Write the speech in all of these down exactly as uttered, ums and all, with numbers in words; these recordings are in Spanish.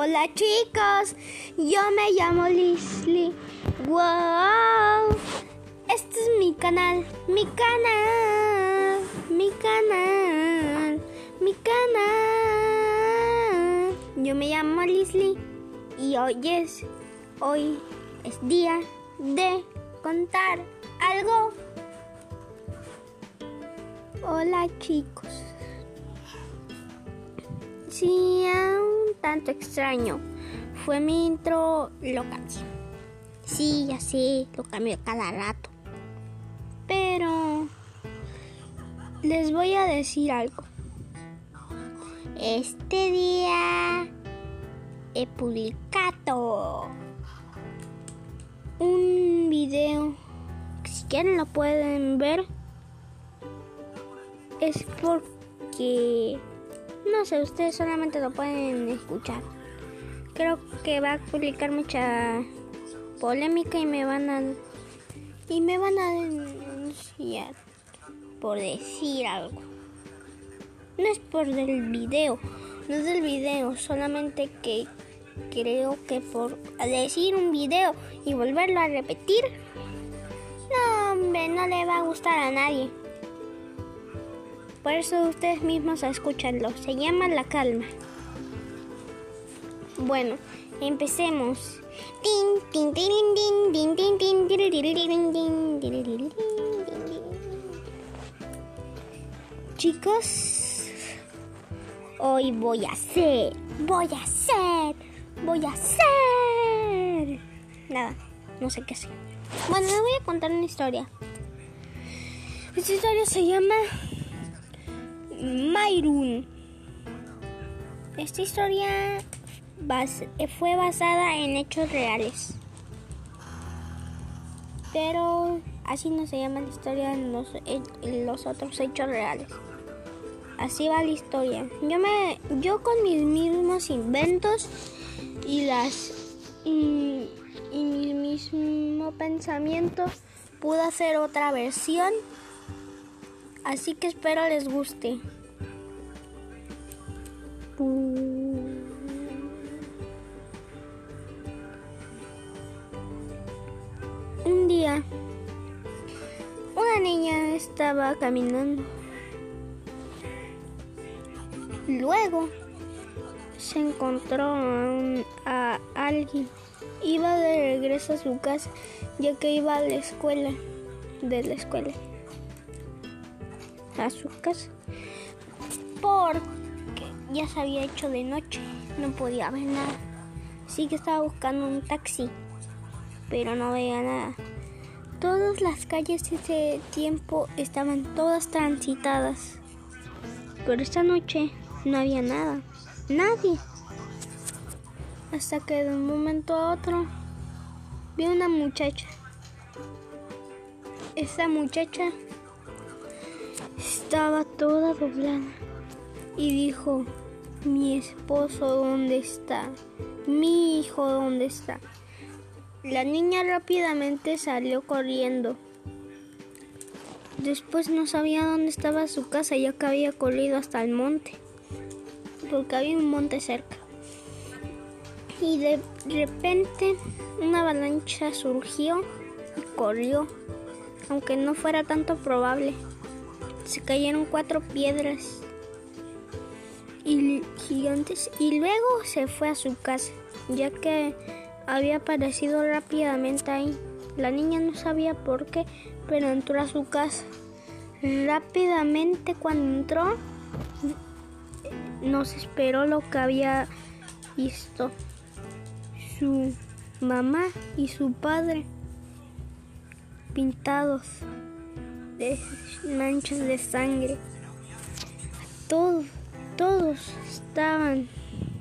Hola chicos, yo me llamo Leslie. Wow, este es mi canal, mi canal, mi canal, mi canal. Yo me llamo Leslie y hoy es, hoy es día de contar algo. Hola chicos. Sí, un tanto extraño. Fue mi intro, lo cambié. Sí, ya sé, lo cambio cada rato. Pero les voy a decir algo. Este día he publicado un video. Si quieren lo pueden ver. Es porque no sé, ustedes solamente lo pueden escuchar. Creo que va a publicar mucha polémica y me van a y me van a denunciar por decir algo. No es por del video, no es del video, solamente que creo que por decir un video y volverlo a repetir, no, hombre, no le va a gustar a nadie. Por eso ustedes mismos escúchanlo. Se llama La Calma. Bueno, empecemos. Chicos, hoy voy a hacer, voy a hacer, voy a hacer. Nada, no sé qué hacer. Bueno, les voy a contar una historia. Esta historia se llama Mayrum. Esta historia bas- fue basada en hechos reales, pero así no se llama la historia en los, en los otros hechos reales. Así va la historia. Yo me, yo con mis mismos inventos y las y, y mi mismo pensamiento pude hacer otra versión. Así que espero les guste. Un día, una niña estaba caminando. Luego se encontró a, un, a alguien. Iba de regreso a su casa, ya que iba a la escuela, de la escuela. a su casa porque ya se había hecho de noche, no podía ver nada, así que estaba buscando un taxi, pero no veía nada. Todas las calles de ese tiempo estaban todas transitadas, pero esta noche no había nada, nadie, hasta que de un momento a otro vi una muchacha. Esa muchacha estaba toda doblada y dijo: mi esposo, ¿dónde está? Mi hijo, ¿dónde está? La niña rápidamente salió corriendo. Después no sabía dónde estaba su casa, ya que había corrido hasta el monte, porque había un monte cerca. Y de repente una avalancha surgió y corrió, aunque no fuera tanto probable. Se cayeron cuatro piedras y gigantes y luego se fue a su casa, ya que había aparecido rápidamente ahí. La niña no sabía por qué, pero entró a su casa. Rápidamente cuando entró, no se esperó lo que había visto. Su mamá y su padre pintados de manchas de sangre. Todos, todos estaban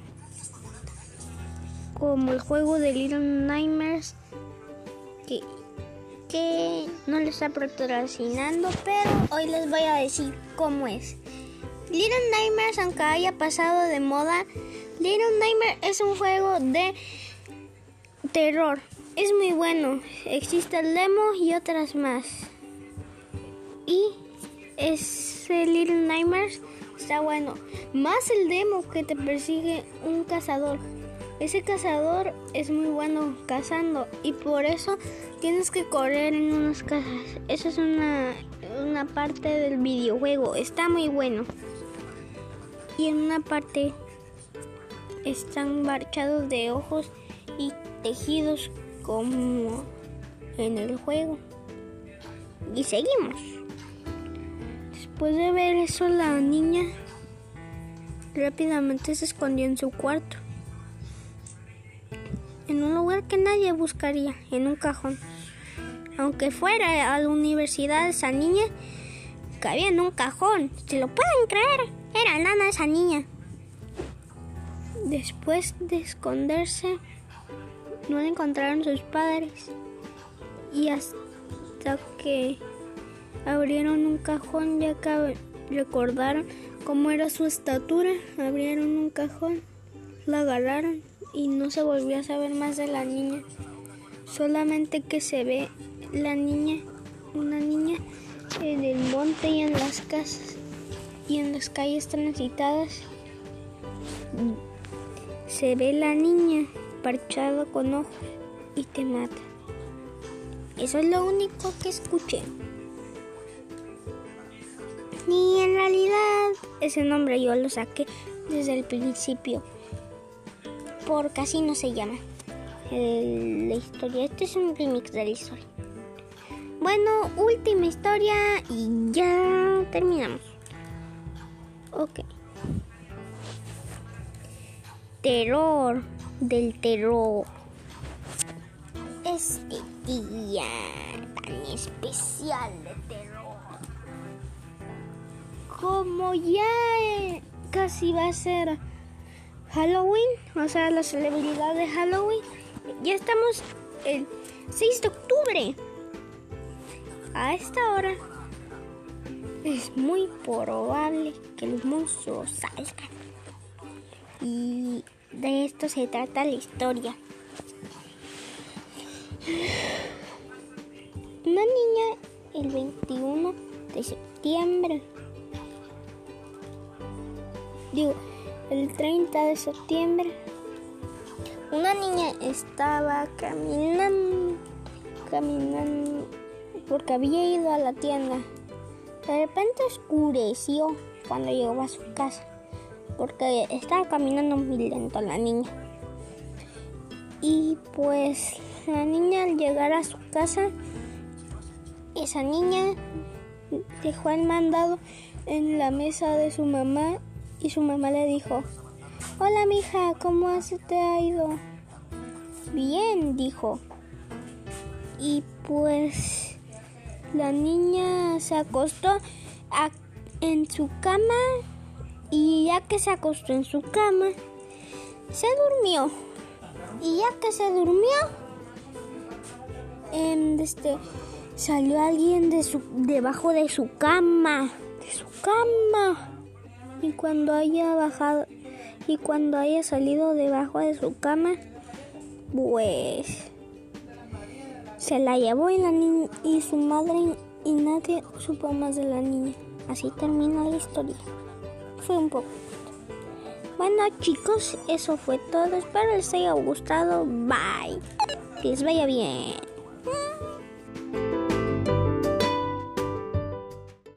como el juego de Little Nightmares, que, que no les está patrocinando, pero hoy les voy a decir cómo es. Little Nightmares, aunque haya pasado de moda, Little Nightmares es un juego de terror. Es muy bueno. Existe el demo y otras más. Y ese Little Nightmares está bueno. Más el demo que te persigue un cazador. Ese cazador es muy bueno cazando y por eso tienes que correr en unas casas. Eso es una, una parte del videojuego. Está muy bueno. Y en una parte están marcados de ojos y tejidos como en el juego. Y seguimos. Después de ver eso, la niña rápidamente se escondió en su cuarto, en un lugar que nadie buscaría, en un cajón. Aunque fuera a la universidad, esa niña cabía en un cajón. ¿Se lo pueden creer? Era nana esa niña. Después de esconderse, no la encontraron sus padres. Y hasta que abrieron un cajón, ya que recordaron cómo era su estatura, abrieron un cajón, la agarraron y no se volvió a saber más de la niña. Solamente que se ve la niña, una niña en el monte y en las casas y en las calles transitadas. Se ve la niña parchada con ojos y te mata. Eso es lo único que escuché. Y en realidad ese nombre yo lo saqué desde el principio, porque así no se llama el, la historia. Este es un remix de la historia. Bueno, última historia y ya terminamos. Ok. Terror del terror. Este día tan especial de terror. Como ya eh, casi va a ser Halloween, o sea, la celebridad de Halloween, ya estamos el seis de octubre. A esta hora es muy probable que los monstruos salgan. Y de esto se trata la historia. Una niña el veintiuno de septiembre, digo, el treinta de septiembre, una niña estaba caminando, caminando, porque había ido a la tienda. De repente oscureció cuando llegó a su casa, porque estaba caminando muy lento la niña. Y pues la niña al llegar a su casa, esa niña dejó el mandado en la mesa de su mamá y su mamá le dijo: hola mija, ¿cómo se te ha ido? Bien, dijo. Y pues la niña se acostó a, en su cama, y ya que se acostó en su cama, se durmió. Y ya que se durmió, eh, este, salió alguien de su, debajo de su cama, de su cama. Y cuando haya bajado, y cuando haya salido debajo de su cama, pues se la llevó y, la ni- y su madre y nadie supo más de la niña. Así termina la historia. Fue un poco. Bueno chicos, eso fue todo. Espero les haya gustado. Bye. Que les vaya bien.